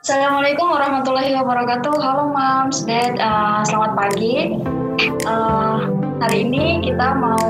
Assalamualaikum warahmatullahi wabarakatuh. Halo Mams, Dad, selamat pagi. Hari ini kita mau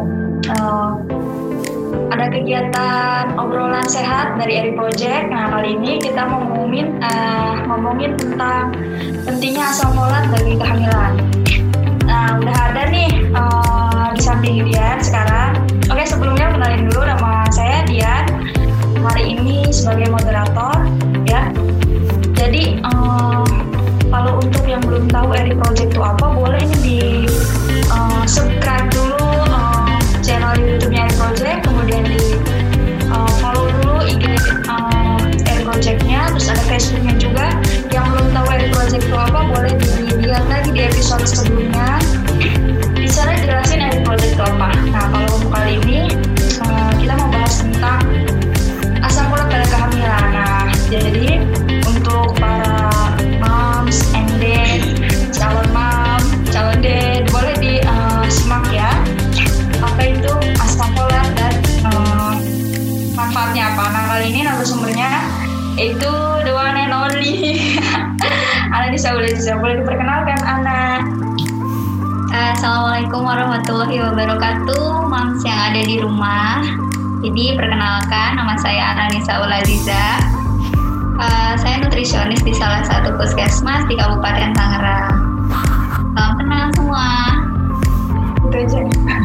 ada kegiatan obrolan sehat dari Eri Project. Nah, kali ini kita mau ngomongin tentang pentingnya asam folat bagi kehamilan. Nah, udah ada nih di samping Dian sekarang. Oke, sebelumnya kenalin dulu, nama saya Dian. Hari ini sebagai moderator, ya. Jadi kalau untuk yang belum tahu Eri Project itu apa, boleh ini di subscribe dulu channel YouTube-nya Eri Project, kemudian di follow dulu IG Eri Project-nya, terus ada Facebook-nya juga. Yang belum tahu Eri Project itu apa, boleh dilihat lagi di episode sebelumnya. Di sana jelasin Eri Project itu apa. Nah, kalau untuk kali ini kita mau bahas tentang asam folat pada kehamilan. Nah, jadi untuk para moms and dad, calon mom, calon dad, boleh disimak ya. Apa itu asam folat dan manfaatnya apa? Nah, kali ini narasumbernya itu the one and only Ana Disabilitas. Boleh diperkenalkan, Ana? Assalamualaikum warahmatullahi wabarakatuh, moms yang ada di rumah. Jadi perkenalkan, nama saya Ananisa Ulaziza. Saya nutrisionis di salah satu puskesmas di Kabupaten Tangerang. Salam kenal semua. Itu aja.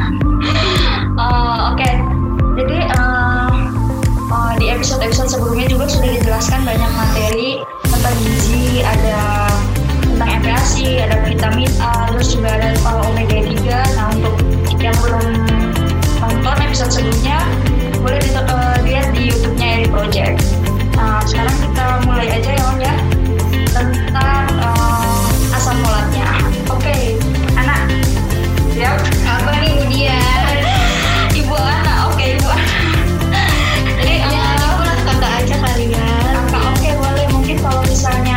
Oke. Jadi di episode-episode sebelumnya juga sudah dijelaskan banyak materi tentang gizi, ada tentang MPASI, ada vitamin A, terus juga ada omega 3. Nah, untuk yang belum nonton episode sebelumnya, boleh dilihat di YouTube-nya Eri Project. Nah, sekarang kita mulai aja ya, Om ya, tentang asam folatnya. Oke, Ana, siap? Apa nih dia? Ibu Ana, oke Ibu Ana. Jadi Aku lah kakak aja kali ya. Kakak, oke, boleh. Mungkin kalau misalnya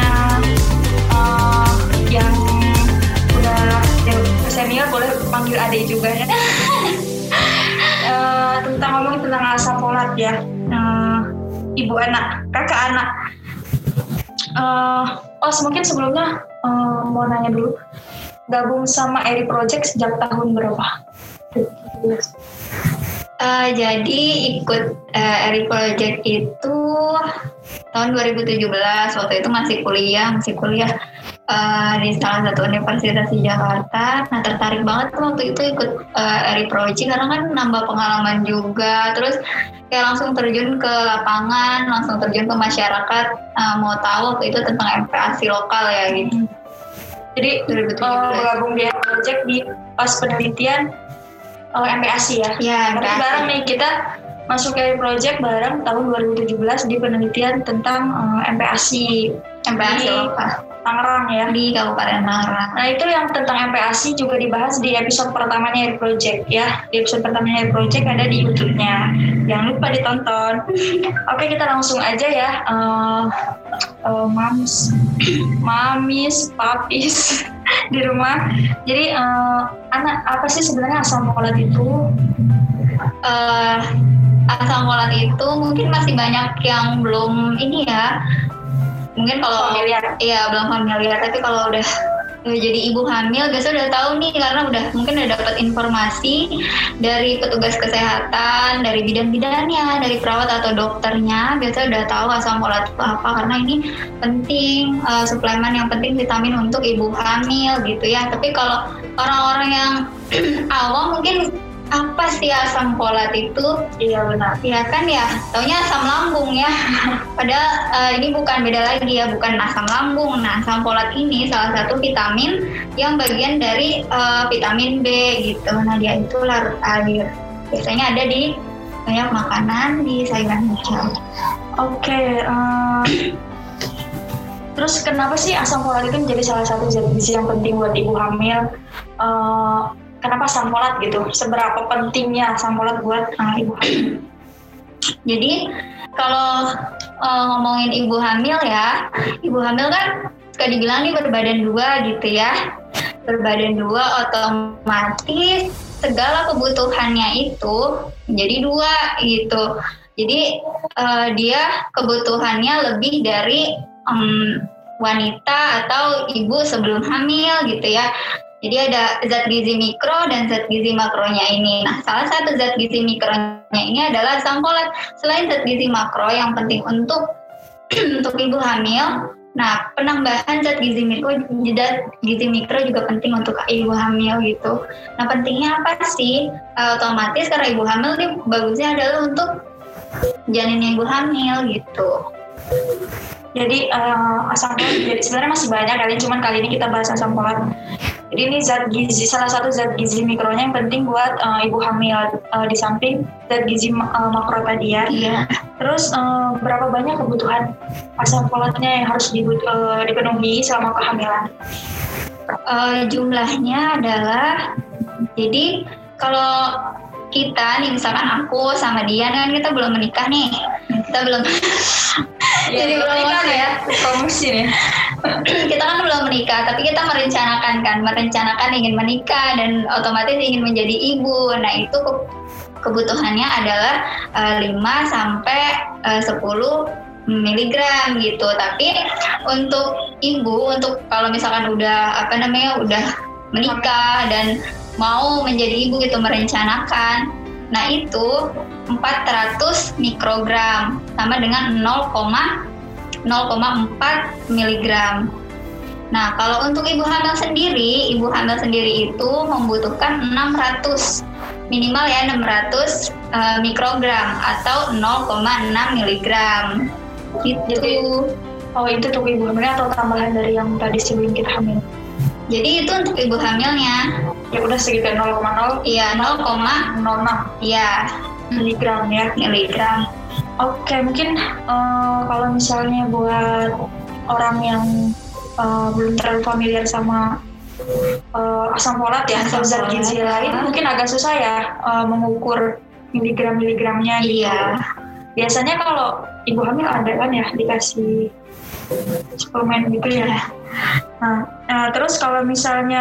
yang udah senior boleh panggil adik juga ya. Ngomongin tentang asam folat ya, Ibu Ana, Kakak Ana. Mungkin sebelumnya mau nanya dulu, gabung sama Eri Project sejak tahun berapa? Jadi ikut Eri Project itu tahun 2017. Waktu itu masih kuliah di salah satu universitas di Jakarta. Nah, tertarik banget tuh waktu itu ikut Eri Project karena kan nambah pengalaman juga. Terus kayak langsung terjun ke lapangan, langsung terjun ke masyarakat, mau tahu waktu itu tentang MPASI lokal ya gitu. Jadi 2017 gabung di Eri Project di pas penelitian MPASI ya. Ya, Berarti bareng nih kita masuk ke Eri Project bareng tahun 2017 di penelitian tentang MPASI lokal Tangerang ya, di Kabupaten Tangerang. Nah, itu yang tentang MPASI juga dibahas di episode pertamanya Eri Project ya. Di episode pertamanya Eri Project ada di YouTube-nya. Jangan lupa ditonton. Oke, kita langsung aja ya. Mamis, papis di rumah. Jadi, anak apa sih sebenarnya asam folat itu? Asam folat itu mungkin masih banyak yang belum ini ya. Mungkin kalau belum familiar, tapi kalau udah jadi ibu hamil biasa udah tahu nih, karena mungkin udah dapat informasi dari petugas kesehatan, dari bidan-bidannya, dari perawat atau dokternya, biasa udah tahu asam folat itu apa, karena ini penting, suplemen yang penting, vitamin untuk ibu hamil gitu ya. Tapi kalau orang-orang yang awam mungkin apa sih asam folat itu? Iya benar. Ya kan ya, taunya asam lambung ya. Padahal ini bukan, beda lagi ya, bukan asam lambung. Nah, asam folat ini salah satu vitamin yang bagian dari vitamin B gitu. Nah, dia itu larut air. Biasanya ada di banyak makanan, di sayuran hijau. Oke. Terus kenapa sih asam folat itu menjadi salah satu zat gizi yang penting buat ibu hamil? Kenapa asam folat gitu? Seberapa pentingnya asam folat buat ibu hamil? Jadi kalau ngomongin ibu hamil ya, ibu hamil kan suka dibilang nih berbadan dua gitu ya. Berbadan dua otomatis segala kebutuhannya itu menjadi dua gitu. Jadi dia kebutuhannya lebih dari wanita atau ibu sebelum hamil gitu ya. Jadi ada zat gizi mikro dan zat gizi makronya ini. Nah, salah satu zat gizi mikronya ini adalah asam folat. Selain zat gizi makro yang penting untuk ibu hamil, nah penambahan zat gizi mikro juga penting untuk ibu hamil gitu. Nah, pentingnya apa sih? Otomatis karena ibu hamil ini bagusnya adalah untuk janin ibu hamil gitu. Jadi asam folat jadi sebenarnya masih banyak kali, cuman kali ini kita bahas asam folat. Jadi ini zat gizi, salah satu zat gizi mikronya yang penting buat ibu hamil, di samping zat gizi makro tadi ya. Iya. Terus berapa banyak kebutuhan asam folatnya yang harus dipenuhi selama kehamilan? Jumlahnya adalah, jadi kalau kita nih misalkan aku sama Dian kan kita belum menikah nih, kita belum jadi belum menikah ya, promosi nih. Kita kan belum menikah, tapi kita merencanakan ingin menikah dan otomatis ingin menjadi ibu. Nah itu kebutuhannya adalah 5 sampai 10 miligram gitu. Tapi untuk ibu, untuk kalau misalkan udah udah menikah dan mau menjadi ibu gitu, merencanakan, nah itu 400 mikrogram sama dengan 0,4 miligram. Nah kalau untuk ibu hamil sendiri itu membutuhkan 600 minimal ya 600 mikrogram atau 0,6 miligram gitu. Jadi, itu untuk ibu hamil atau tambahan dari yang tadi sebelum kita hamil? Jadi itu untuk ibu hamilnya. Ya udah sekitar 0,0. Iya, 0,06. Iya, miligram ya. Miligram. Oke, mungkin kalau misalnya buat orang yang belum terlalu familiar sama asam folat ya, atau zat gizi lain, mungkin agak susah ya mengukur miligram-miligramnya gitu. Iya. Biasanya kalau ibu hamil ada kan ya dikasih suplemen gitu ya. Nah, terus kalau misalnya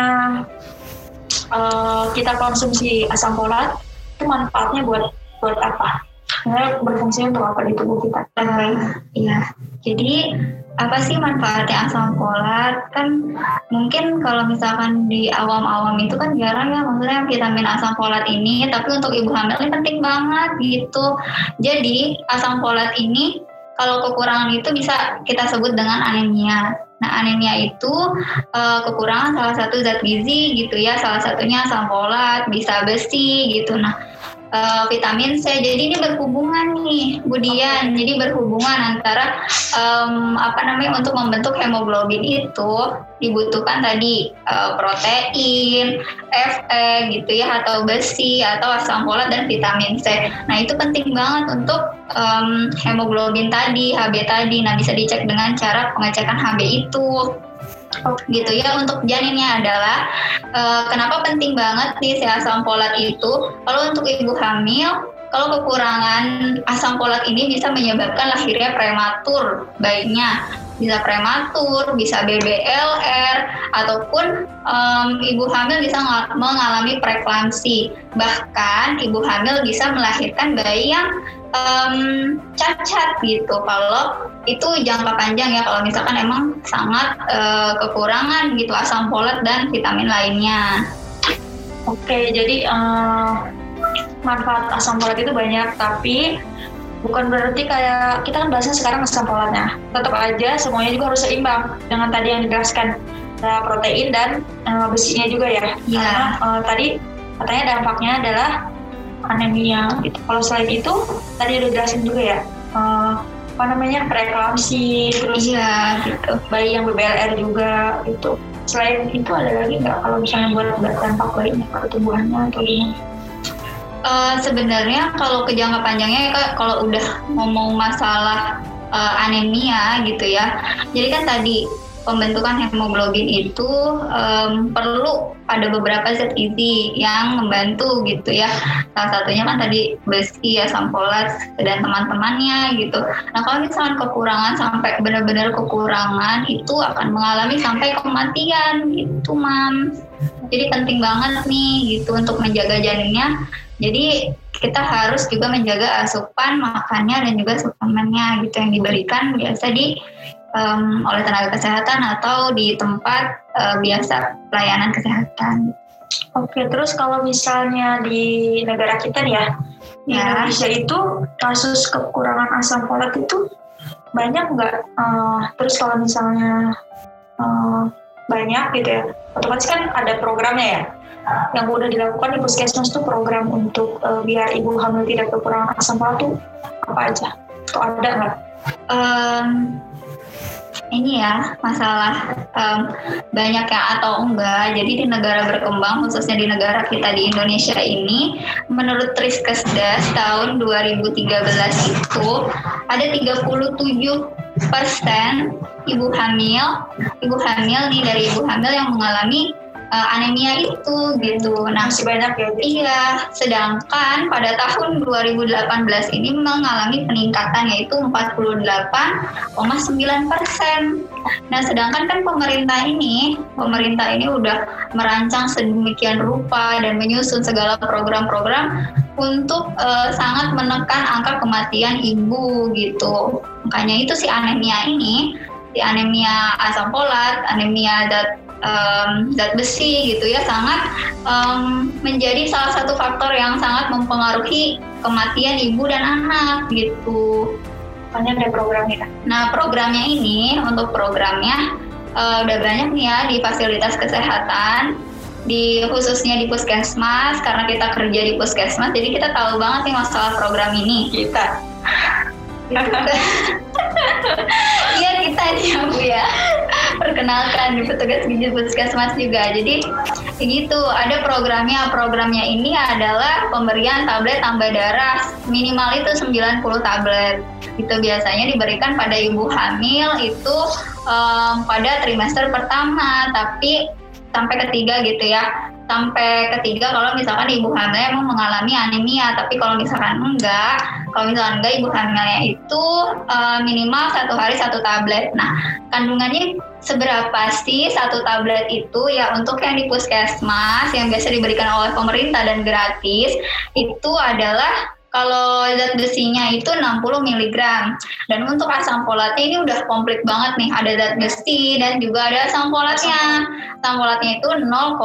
kita konsumsi asam folat, itu manfaatnya buat apa? Sebenarnya berfungsi untuk apa di tubuh kita? Iya. Jadi apa sih manfaatnya asam folat? Kan mungkin kalau misalkan di awam-awam itu kan jarang ya, maksudnya vitamin asam folat ini, tapi untuk ibu hamil ini penting banget gitu. Jadi asam folat ini kalau kekurangan itu bisa kita sebut dengan anemia. Nah anemia itu kekurangan salah satu zat gizi gitu ya, salah satunya asam folat, bisa besi gitu. Nah vitamin C, jadi ini berhubungan nih Budian, jadi berhubungan antara untuk membentuk hemoglobin itu dibutuhkan tadi protein, Fe gitu ya, atau besi atau asam folat dan vitamin C. Nah itu penting banget untuk hemoglobin tadi, Hb tadi. Nah bisa dicek dengan cara pengecekan Hb itu. Gitu ya. Untuk janinnya adalah kenapa penting banget nih si asam folat itu. Kalau untuk ibu hamil, kalau kekurangan asam folat ini bisa menyebabkan lahirnya prematur bayinya, bisa prematur, bisa BBLR, ataupun ibu hamil bisa mengalami preeklamsi. Bahkan ibu hamil bisa melahirkan bayi yang cacat gitu kalau itu jangka panjang ya, kalau misalkan emang sangat kekurangan gitu asam folat dan vitamin lainnya. Oke, jadi manfaat asam folat itu banyak, tapi bukan berarti kayak kita kan bahasnya sekarang asam folatnya. Tetap aja semuanya juga harus seimbang dengan tadi yang dijelaskan, ada protein dan besinya juga ya. Yeah. Karena tadi katanya dampaknya adalah anemia gitu. Kalau selain itu tadi udah jelasin juga ya, preeklamsi, terus gitu. Bayi yang BBLR juga gitu. Selain itu ada lagi nggak kalau misalnya buat dampak bayinya, pertumbuhannya atau gimana? Sebenarnya kalau ke jangka panjangnya kalau udah ngomong masalah anemia gitu ya, jadi kan tadi pembentukan hemoglobin itu perlu ada beberapa zat gizi yang membantu gitu ya. Salah satunya kan tadi besi, asam folat dan teman-temannya gitu. Nah kalau misalkan kekurangan sampai benar-benar kekurangan, itu akan mengalami sampai kematian gitu, Mam. Jadi penting banget nih gitu untuk menjaga janinnya. Jadi kita harus juga menjaga asupan makannya dan juga suplemennya gitu yang diberikan biasa di oleh tenaga kesehatan atau di tempat biasa pelayanan kesehatan. Oke, terus kalau misalnya di negara kita nih ya, di Indonesia itu kasus kekurangan asam folat itu banyak nggak? Terus kalau misalnya banyak gitu ya, otomatis kan ada programnya ya, yang udah dilakukan di puskesmas tuh program untuk biar ibu hamil tidak kekurangan asam folat tuh apa aja? Tuh ada nggak? Ini ya masalah banyak yang atau enggak. Jadi di negara berkembang, khususnya di negara kita di Indonesia ini, menurut Riskesdas tahun 2013 itu ada 37% ibu hamil nih dari ibu hamil yang mengalami anemia itu gitu. Nah, masih banyak ya? Iya, sedangkan pada tahun 2018 ini mengalami peningkatan yaitu 48,9%. Nah, sedangkan kan pemerintah ini udah merancang sedemikian rupa dan menyusun segala program-program untuk sangat menekan angka kematian ibu gitu. Makanya itu si anemia asam folat, anemia zat besi gitu ya, sangat menjadi salah satu faktor yang sangat mempengaruhi kematian ibu dan anak gitu. Makanya ada programnya. Nah, untuk programnya udah banyak nih ya di fasilitas kesehatan, khususnya di puskesmas, karena kita kerja di puskesmas, jadi kita tahu banget nih masalah program ini. Iya kita nih ya Bu ya, perkenalkan di petugas gizi puskesmas juga. Jadi begitu, ada programnya ini adalah pemberian tablet tambah darah minimal itu 90 tablet. Itu biasanya diberikan pada ibu hamil itu pada trimester pertama, tapi sampai ketiga gitu ya. Sampai ketiga kalau misalkan ibu hamil emang mengalami anemia, tapi kalau misalkan enggak ibu hamilnya itu minimal 1 hari 1 tablet. Nah, kandungannya seberapa sih 1 tablet itu ya? Untuk yang di puskesmas yang biasa diberikan oleh pemerintah dan gratis itu adalah kalau zat besinya itu 60 mg. Dan untuk asam folatnya ini udah komplit banget nih, ada zat besi dan juga ada asam folatnya. Asam folatnya itu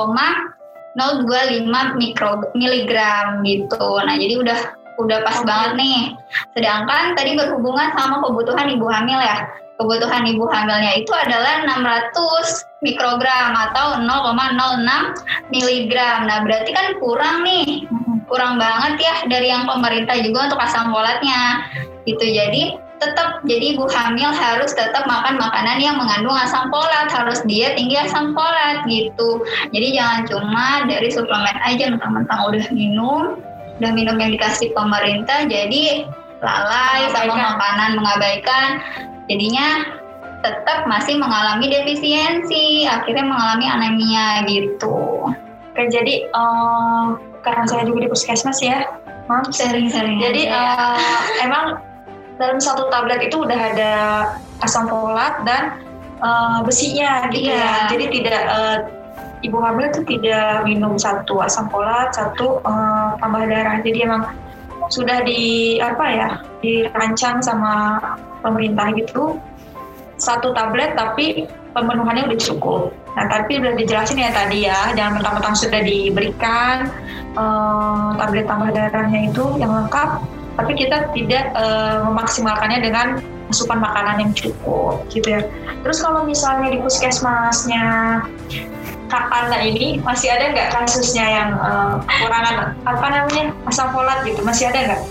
0,025 miligram gitu. Nah, jadi udah pas banget nih. Sedangkan tadi berhubungan sama kebutuhan ibu hamil ya. Kebutuhan ibu hamilnya itu adalah 600 mikrogram atau 0,06 miligram. Nah, berarti kan kurang banget ya dari yang pemerintah juga untuk asam folatnya. Gitu. Jadi ibu hamil harus tetap makan makanan yang mengandung asam folat, harus diet tinggi asam folat gitu. Jadi jangan cuma dari suplemen aja mentang-mentang udah minum yang dikasih pemerintah, jadi lalai sama makanan, mengabaikan. Jadinya tetap masih mengalami defisiensi, akhirnya mengalami anemia gitu. Oke, jadi karena saya juga di puskesmas ya, maaf. Sering-sering. Jadi emang dalam 1 tablet itu udah ada asam folat dan besinya gitu ya. Jadi tidak ibu hamil itu tidak minum 1 asam folat, 1 tambah darah. Jadi emang sudah dirancang sama pemerintah gitu 1 tablet tapi pemenuhannya udah cukup. Nah, tapi udah dijelasin ya tadi ya, jangan mentang-mentang sudah diberikan tablet tambah darahnya itu yang lengkap, tapi kita tidak memaksimalkannya dengan asupan makanan yang cukup gitu ya. Terus kalau misalnya di puskesmasnya Kak Anna ini masih ada nggak kasusnya yang kekurangan asam folat gitu, masih ada nggak?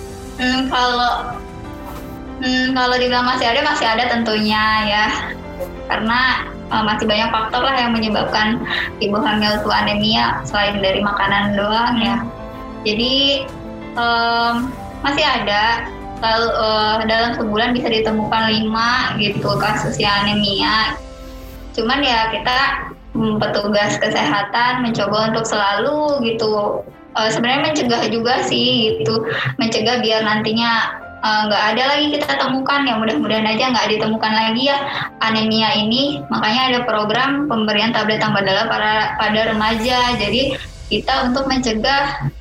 Kalau dibilang masih ada tentunya ya, karena masih banyak faktor lah yang menyebabkan ibu hamil itu anemia selain dari makanan doang ya. Jadi masih ada, dalam sebulan bisa ditemukan 5 gitu kasus yang anemia. Cuman ya kita petugas kesehatan mencoba untuk selalu gitu sebenarnya mencegah juga sih gitu, mencegah biar nantinya nggak ada lagi kita temukan, ya mudah-mudahan aja nggak ditemukan lagi ya anemia ini. Makanya ada program pemberian tablet tambah darah pada remaja, jadi kita untuk mencegah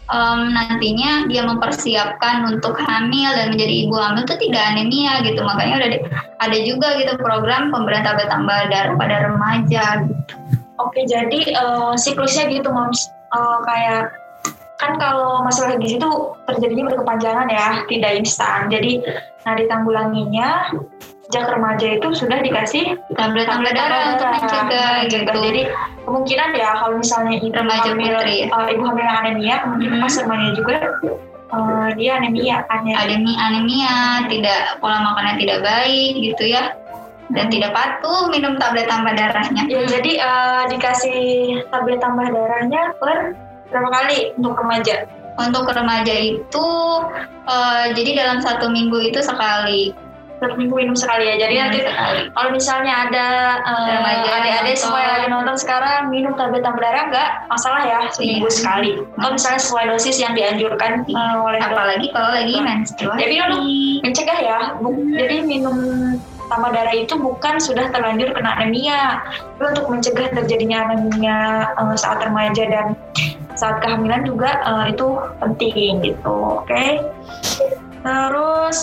nantinya dia mempersiapkan untuk hamil dan menjadi ibu hamil itu tidak anemia gitu. Makanya udah ada juga gitu program pemberian tablet tambah darah pada remaja gitu. Oke, jadi siklusnya gitu Moms, kayak kan kalau masalah gizi itu terjadinya berkepanjangan ya, tidak instan. Jadi ditanggulanginya sejak remaja itu sudah dikasih tablet tambah darah untuk mencegah gitu. Jadi kemungkinan ya kalau misalnya remaja putri, ibu hamil yang anemia, kemungkinan pas remaja juga dia anemia, tidak, pola makannya tidak baik gitu ya, dan tidak patuh minum tablet tambah darahnya. Ya, jadi dikasih tablet tambah darahnya per berapa kali untuk remaja? Untuk remaja itu jadi dalam 1 minggu itu sekali. 1 minggu minum sekali ya. Jadi nanti kalau misalnya ada adik-adik semua yang lagi nonton sekarang minum tablet tambah darah nggak masalah ya, seminggu sekali. Kalau misalnya sesuai dosis yang dianjurkan oleh apalagi kalau lagi menstruasi. Jadi untuk mencegah ya. Jadi minum tambah darah itu bukan sudah terlanjur kena anemia, tapi untuk mencegah terjadinya anemia saat remaja dan saat kehamilan juga itu penting gitu. Oke. Terus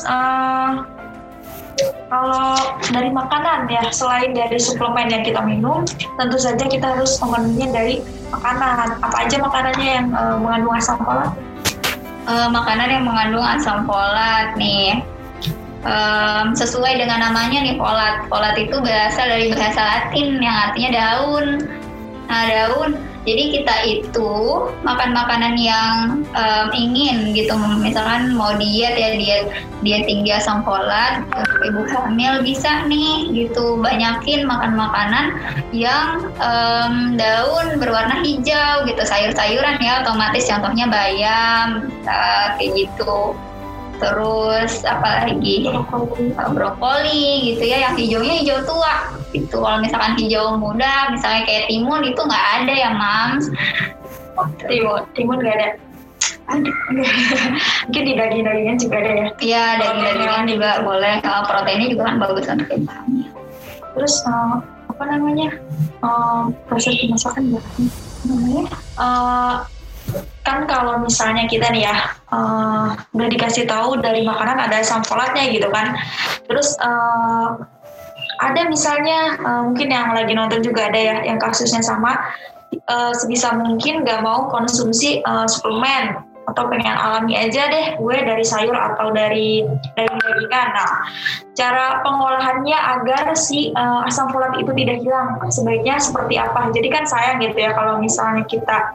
kalau dari makanan ya, selain dari suplemen yang kita minum, tentu saja kita harus memenuhinya dari makanan. Apa aja makanannya yang mengandung asam folat? Makanan yang mengandung asam folat nih, sesuai dengan namanya nih, folat. Folat itu berasal dari bahasa Latin yang artinya daun. Nah, daun. Jadi kita itu makan makanan yang ingin gitu, misalkan mau diet ya, diet tinggi asam folat, ibu hamil bisa nih gitu, banyakin makan makanan yang daun berwarna hijau gitu, sayur-sayuran ya otomatis, contohnya bayam kayak gitu. Terus apalagi brokoli gitu ya, yang hijaunya hijau tua gitu. Kalau misalkan hijau muda misalnya kayak timun itu nggak ada ya Mams. Timun nggak ada. Mungkin di daging-dagingan juga ada ya. Iya, daging-dagingan juga boleh. Proteinnya juga kan bagus untuk ibu hamil. Terus apa namanya, proses pemasakan namanya kan kalau misalnya kita nih ya udah dikasih tahu dari makanan ada asam folatnya gitu kan, terus ada misalnya mungkin yang lagi nonton juga ada ya yang kasusnya sama, sebisa mungkin nggak mau konsumsi suplemen atau pengen alami aja deh gue dari sayur atau dari daging-dagingan. Nah, cara pengolahannya agar si asam folat itu tidak hilang sebaiknya seperti apa? Jadi kan sayang gitu ya kalau misalnya kita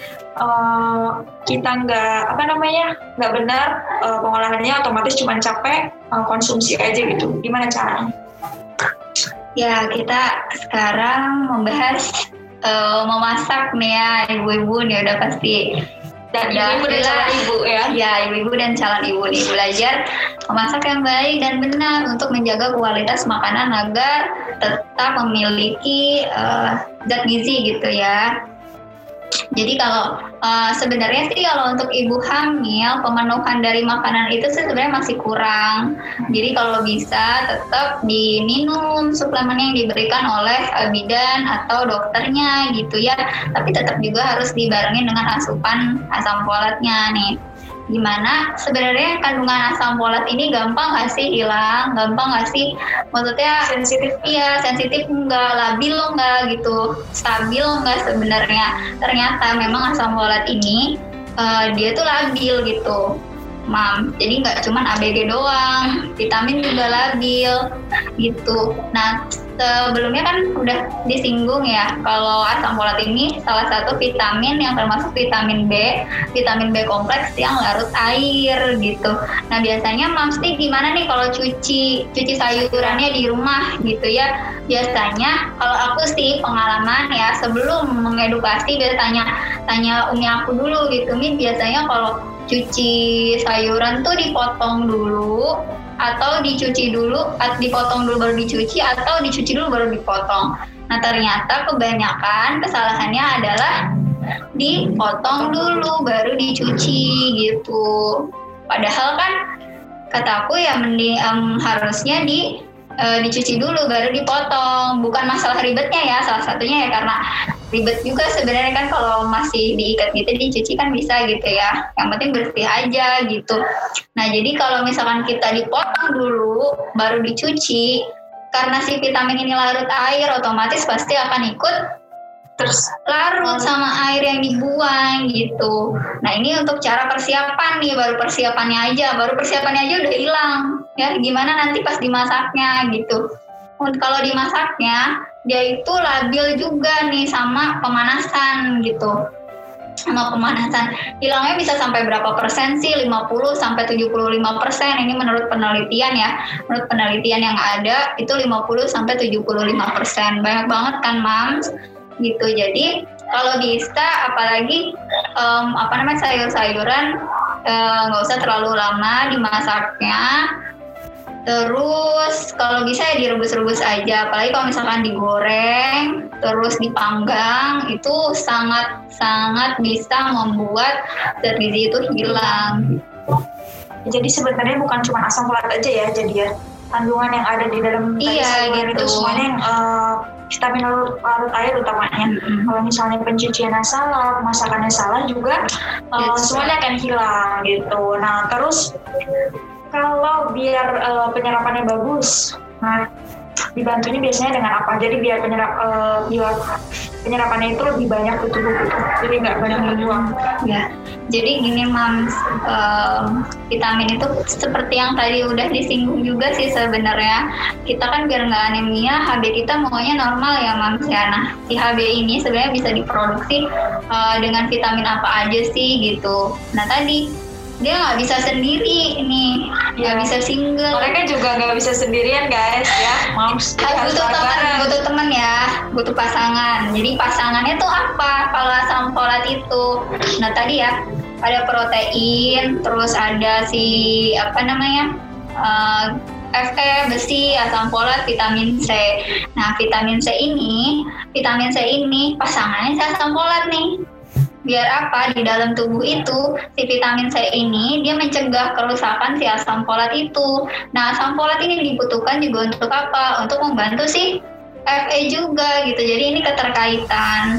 nggak benar pengolahannya, otomatis cuma capek konsumsi aja gitu. Gimana caranya? Ya, kita sekarang membahas memasak nih ya, ibu-ibu nih udah pasti. Dan ibu dan calon ibu ya. Ya, ibu-ibu dan calon ibu nih belajar memasak yang baik dan benar untuk menjaga kualitas makanan agar tetap memiliki zat gizi gitu ya. Jadi kalau sebenarnya sih kalau untuk ibu hamil pemenuhan dari makanan itu sebenarnya masih kurang. Jadi kalau bisa tetap diminum suplemen yang diberikan oleh bidan atau dokternya gitu ya. Tapi tetap juga harus dibarengin dengan asupan asam folatnya nih. Gimana sebenarnya kandungan asam folat ini gampang nggak sih hilang, gampang nggak sih, maksudnya sensitif? Iya, sensitif nggak, labil nggak gitu, stabil nggak sebenarnya. Ternyata memang asam folat ini dia tuh labil gitu Mam, jadi nggak cuma ABG doang, vitamin juga labil gitu. Nah, sebelumnya kan udah disinggung ya kalau asam folat ini salah satu vitamin yang termasuk vitamin B kompleks yang larut air gitu. Nah, biasanya Mams nih gimana nih kalau cuci sayurannya di rumah gitu ya? Biasanya kalau aku sih pengalaman ya, sebelum mengedukasi biasanya tanya umi aku dulu gitu, Mi biasanya kalau cuci sayuran tuh dipotong dulu atau dicuci dulu, dipotong dulu baru dicuci atau dicuci dulu baru dipotong. Nah, ternyata kebanyakan kesalahannya adalah dipotong dulu baru dicuci gitu. Padahal kan kataku ya harusnya dicuci dulu baru dipotong. Bukan masalah ribetnya ya, salah satunya ya karena ribet juga sebenarnya kan kalau masih diikat gitu dicuci kan bisa gitu ya, yang penting bersih aja gitu. Nah jadi kalau misalkan kita dipotong dulu baru dicuci, karena si vitamin ini larut air, otomatis pasti akan ikut terus larut sama air yang dibuang gitu. Nah ini untuk cara persiapan nih, baru persiapannya aja udah hilang ya, gimana nanti pas dimasaknya gitu. Kalau dimasaknya dia itu labil juga nih sama pemanasan gitu. Sama pemanasan hilangnya bisa sampai berapa persen sih? 50 sampai 75%. Ini menurut penelitian ya. Menurut penelitian yang ada itu 50 sampai 75%. Banyak banget kan, Mams? Gitu. Jadi kalau bisa apalagi sayur-sayuran nggak usah terlalu lama dimasaknya. Terus kalau bisa ya direbus-rebus aja, apalagi kalau misalkan digoreng terus dipanggang itu sangat bisa membuat zat gizi itu hilang. Jadi sebenarnya bukan cuma asam folat aja ya, jadi ya kandungan yang ada di dalam sayuran gitu. Itu semuanya yang vitamin larut air utamanya. Kalau misalnya pencuciannya salah, masakannya salah juga semuanya akan hilang gitu. Nah terus kalau biar penyerapannya bagus, nah dibantunya biasanya dengan apa? Jadi biar penyerapannya itu lebih banyak ke tubuh gitu. Jadi nggak banyak terbuang. Ya, jadi gini Mams, vitamin itu seperti yang tadi udah disinggung juga sih sebenarnya. Kita kan biar nggak anemia, HB kita maunya normal ya Mams ya. Nah, si HB ini sebenarnya bisa diproduksi dengan vitamin apa aja sih gitu. Nah tadi dia nggak bisa sendiri nih, nggak bisa single. Mereka juga nggak bisa sendirian guys ya, Mams. Butuh teman ya, butuh pasangan. Jadi pasangannya tuh apa kalau asam folat itu? Nah tadi ya ada protein, terus ada si Fe, besi, asam folat, vitamin C. Nah vitamin C ini pasangannya si asam folat nih. Biar apa? Di dalam tubuh itu si vitamin C ini dia mencegah kerusakan si asam folat itu. Nah asam folat ini dibutuhkan juga untuk apa? Untuk membantu si Fe juga gitu. Jadi ini keterkaitan.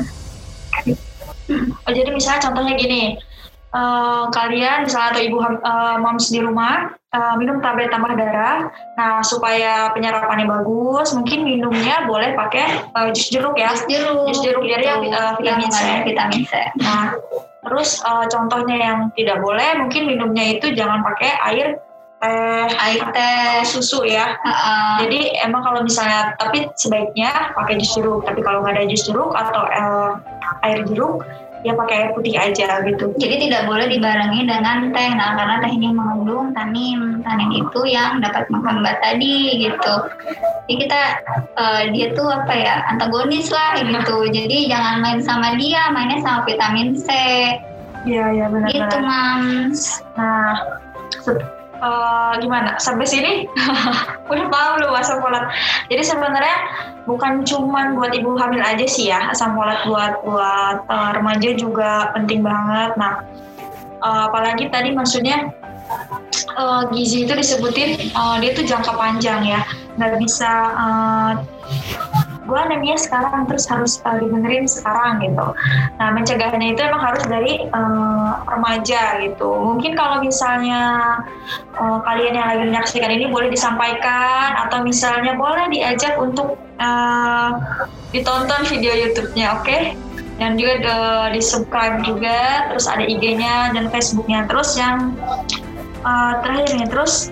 Jadi misalnya contohnya gini, kalian misalnya atau ibu moms di rumah minum tablet tambah darah. Nah supaya penyerapannya bagus, mungkin minumnya boleh pakai jus jeruk ya. Jus jeruk jadi vitamin C. Nah terus contohnya yang tidak boleh, mungkin minumnya itu jangan pakai air teh susu ya. Jadi emang kalau misalnya, tapi sebaiknya pakai jus jeruk. Tapi kalau nggak ada jus jeruk atau air jeruk, ya pakai air putih aja gitu. Jadi tidak boleh dibarengi dengan teh. Nah karena teh ini mengandung tanin itu yang dapat menghambat tadi gitu. Jadi kita dia tuh antagonis lah gitu. Jadi jangan main sama dia, mainnya sama vitamin C. Iya benar. Gitu Mams. Nah gimana sampai sini udah paham belum asam folat? Jadi sebenarnya bukan cuman buat ibu hamil aja sih ya, asam folat buat remaja juga penting banget. Nah apalagi tadi maksudnya gizi itu disebutin dia tuh jangka panjang ya, nggak bisa gue anemia sekarang terus harus dibenerin sekarang gitu. Nah mencegahnya itu emang harus dari remaja gitu. Mungkin kalau misalnya kalian yang lagi menyaksikan ini boleh disampaikan atau misalnya boleh diajak untuk ditonton video YouTube-nya, oke? Dan juga di subscribe juga, terus ada IG-nya dan Facebook-nya. Terus yang terakhir nih, terus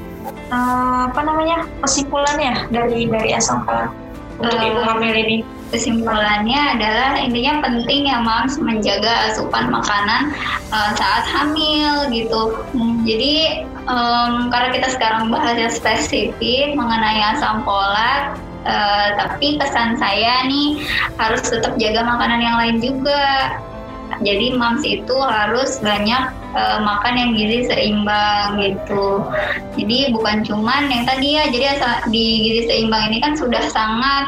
kesimpulannya dari asam folat untuk ibu hamil ini? Kesimpulannya adalah intinya penting ya Mams menjaga asupan makanan saat hamil gitu. Jadi karena kita sekarang bahasnya spesifik mengenai asam folat, tapi pesan saya nih harus tetap jaga makanan yang lain juga. Jadi Mams itu harus banyak makan yang gizi seimbang gitu. Jadi bukan cuman yang tadi ya, jadi di gizi seimbang ini kan sudah sangat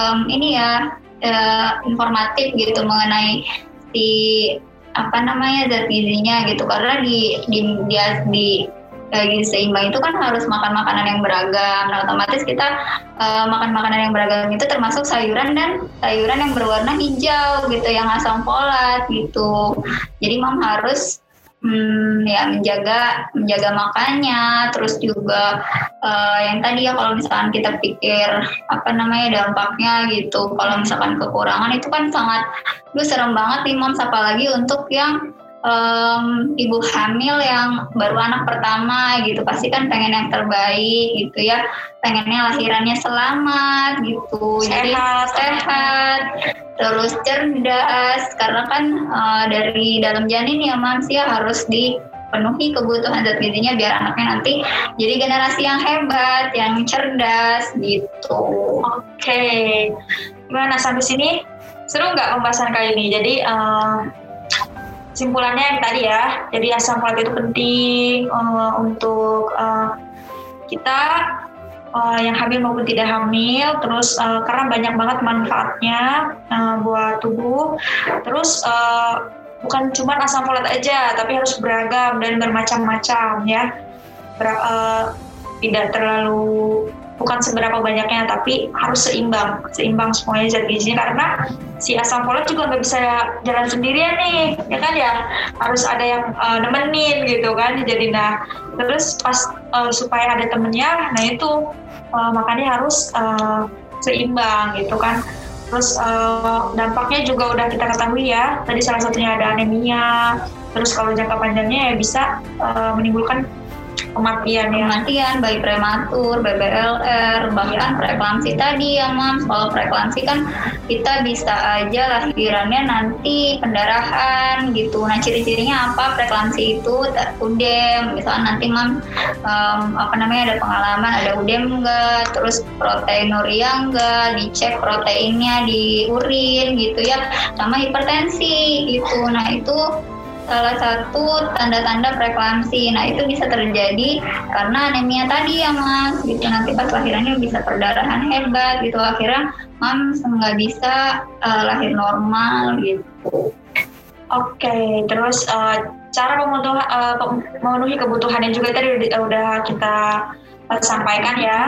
informatif gitu mengenai zat gizinya gitu. Karena di gizi seimbang itu kan harus makan makanan yang beragam. Nah, otomatis kita makan makanan yang beragam itu termasuk sayuran yang berwarna hijau gitu, yang asam folat gitu. Jadi Mam harus ya menjaga makannya, terus juga yang tadi ya, kalau misalkan kita pikir dampaknya gitu, kalau misalkan kekurangan itu kan sangat serem banget nih Moms, apalagi untuk yang ibu hamil yang baru anak pertama gitu, pasti kan pengen yang terbaik gitu ya, pengennya lahirannya selamat gitu, jadi sehat, terus cerdas, karena kan dari dalam janin ya Mams ya harus dipenuhi kebutuhan zat gizinya biar anaknya nanti jadi generasi yang hebat, yang cerdas gitu. Oke. Gimana sampai sini? Seru nggak pembahasan kali ini? Jadi simpulannya yang tadi ya, jadi asam folat itu penting untuk kita yang hamil maupun tidak hamil, terus karena banyak banget manfaatnya buat tubuh. Terus bukan cuma asam folat aja, tapi harus beragam dan bermacam-macam ya. Tidak terlalu, bukan seberapa banyaknya, tapi harus seimbang semuanya zat gizinya, karena si asam folat juga nggak bisa jalan sendirian nih, ya kan ya, harus ada yang nemenin gitu kan. Jadi terus pas supaya ada temennya, itu makanya harus seimbang gitu kan. Terus dampaknya juga udah kita ketahui ya, tadi salah satunya ada anemia, terus kalau jangka panjangnya ya bisa menimbulkan kematian bayi prematur, BBLR, bahkan preeklamsi tadi ya Mams. Kalau preeklamsi kan kita bisa aja lahirannya nanti pendarahan gitu. Nah, ciri-cirinya apa preeklamsi itu? Udem, misalnya nanti Mam ada pengalaman ada udem enggak, terus proteinuria enggak, dicek proteinnya di urin gitu ya, sama hipertensi gitu. Nah, itu salah satu tanda-tanda preeklamsi. Nah, itu bisa terjadi karena anemia tadi ya Mas gitu. Nanti pas lahirannya bisa perdarahan hebat gitu, akhirnya Mams nggak bisa lahir normal gitu. Oke, terus cara memenuhi kebutuhannya juga tadi udah kita sampaikan ya.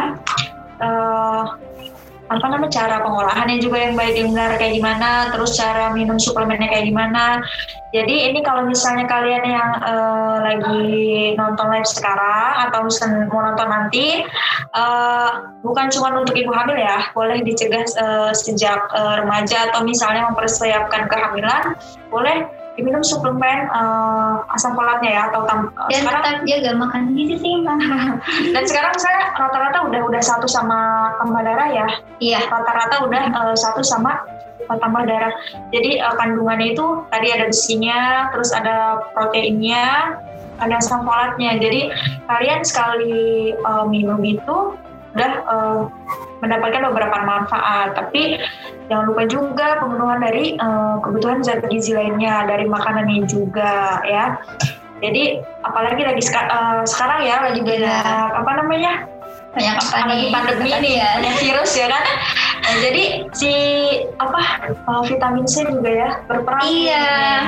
Cara pengolahannya juga yang baik dan benar kayak gimana, terus cara minum suplemennya kayak gimana. Jadi ini kalau misalnya kalian yang lagi nonton live sekarang atau mau nonton nanti, bukan cuma untuk ibu hamil ya, boleh dicegah sejak remaja atau misalnya mempersiapkan kehamilan, boleh diminum suplemen asam folatnya ya, atau dan sekarang tetap jaga makan gizi seimbang. Dan sekarang misalnya rata-rata udah satu sama tambah darah ya. Iya. Rata-rata udah satu sama tambah darah. Jadi kandungannya itu tadi ada besinya, terus ada proteinnya, ada asam folatnya. Jadi kalian sekali minum itu udah mendapatkan beberapa manfaat. Tapi jangan lupa juga pemenuhan dari kebutuhan zat gizi lainnya dari makanannya juga ya. Jadi apalagi lagi sekarang ya lagi banyak banyak pandemi ini ya, banyak virus ya kan. Nah, jadi si vitamin C juga ya berperan. Iya,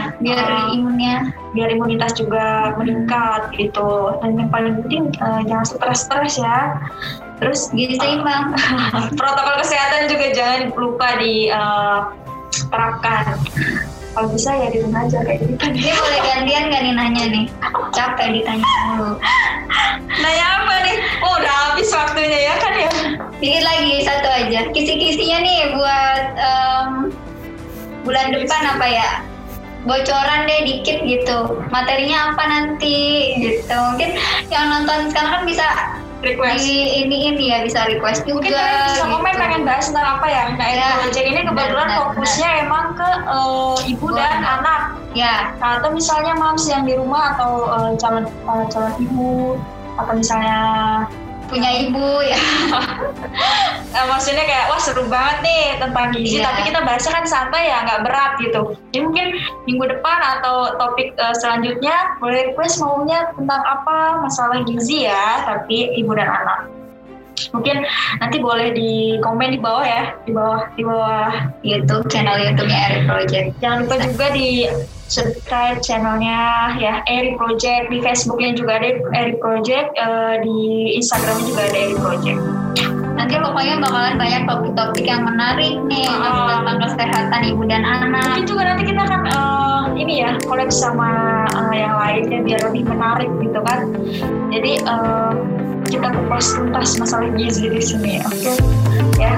biar imunitas juga meningkat gitu. Dan yang paling penting jangan stres ya. Terus gizi seimbang. Protokol kesehatan juga jangan lupa diterapkan. Kalau bisa ya di rumah aja kayak gitu. Ini boleh gantian gak nih nanya nih? Capek ditanya dulu. Nanya apa nih? Oh, udah habis waktunya ya kan ya? Dikit lagi, satu aja. Kisi-kisinya nih buat bulan depan apa ya? Bocoran deh dikit gitu. Materinya apa nanti gitu. Mungkin yang nonton sekarang kan bisa request ini ya, bisa request juga. Mungkin kalian bisa komen gitu. pengen bahas tentang apa ya. Nah, project ini kebetulan fokusnya emang ke ibu dan anak ya. Atau misalnya moms yang di rumah, atau calon ibu, atau misalnya punya ibu ya. Maksudnya kayak wah seru banget nih tentang gizi, tapi kita bahasnya kan santai ya, nggak berat gitu. Jadi mungkin minggu depan atau topik selanjutnya boleh request maunya tentang apa, masalah gizi ya, tapi ibu dan anak. Mungkin nanti boleh di komen di bawah ya, di bawah YouTube, channel YouTube-nya Eri Project. Jangan lupa juga di subscribe channelnya ya Eri Project, di Facebooknya juga ada Eri Project, di Instagramnya juga ada Eri Project. Nanti pokoknya bakalan banyak topik-topik yang menarik nih tentang kesehatan ibu dan anak. Mungkin juga nanti kita akan ini ya collab sama yang lainnya biar lebih menarik gitu kan. Jadi kita kupas tuntas masalah gizi di sini, oke? Ya,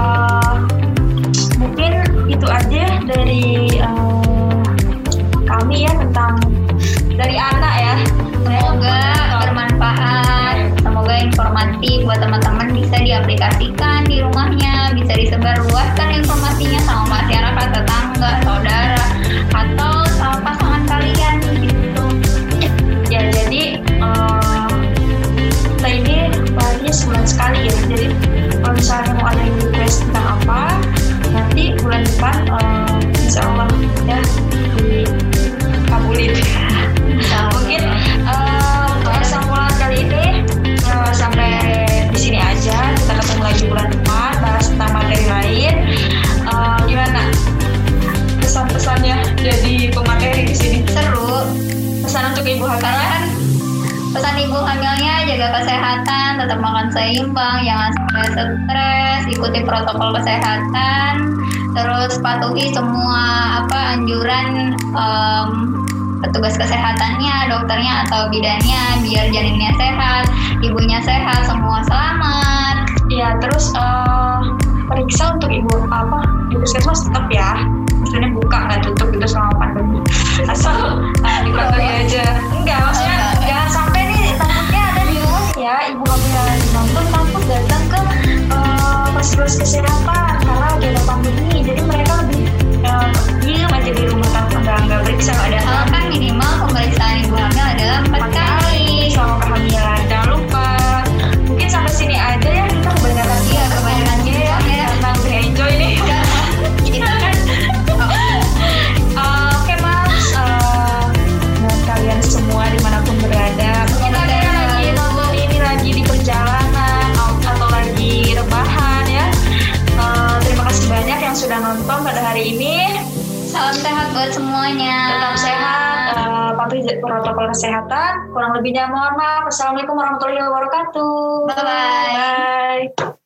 mungkin itu aja dari kami ya tentang dari anak ya. Semoga bermanfaat, semoga informatif buat teman-teman, bisa diaplikasikan di rumahnya, bisa disebarluaskan informasinya sama masyarakat, tetangga, saudara, atau sama pasangan kalian gitu. Ya jadi kita ini barunya sebulan sekali ya. Jadi kalau misalnya mau ada yang request tentang apa, nanti bulan depan insya Allah ya dikabulin. Mungkin untuk kesimpulan kali ini sampai di sini aja. Kita ketemu lagi bulan depan bahas tentang materi lain. Gimana pesan-pesannya jadi pemateri di sini? Seru. Pesan untuk ibu hamil kan? Pesan ibu hamilnya, jaga kesehatan, tetap makan seimbang, jangan sampai stres, ikuti protokol kesehatan, terus patuhi semua anjuran petugas kesehatannya, dokternya atau bidannya, biar janinnya sehat, ibunya sehat, semua selamat. Ya, terus periksa untuk ibu di puskesmas tetap ya, maksudnya buka nggak tutup itu selama pandemi. Asal dipatuhi aja. Enggak, maksudnya jangan sampai nih takutnya ada di rumah ya ibu hamil yang nonton takut datang ke fasilitas kesehatan karena lagi ada pandemi, jadi mereka lebih diem aja di rumah tanpa nggak periksa. Padahal kan minimal pemeriksaan ibu hamil adalah 4 kali selama kehamilan. Jangan lupa. Mungkin sampai sini aja ya, kita kebanyakan ya karena udah enjoy nih. Gitu kan. Oke Mas, buat kalian semua dimanapun berada, mungkin ada yang lagi nonton ini lagi di perjalanan atau lagi rebahan ya. Terima kasih banyak yang sudah nonton pada hari ini. Salam sehat buat semuanya. Tetap sehat, patuhi protokol kesehatan. Kurang lebihnya mohon maaf. Assalamualaikum warahmatullahi wabarakatuh. Bye-bye. Bye.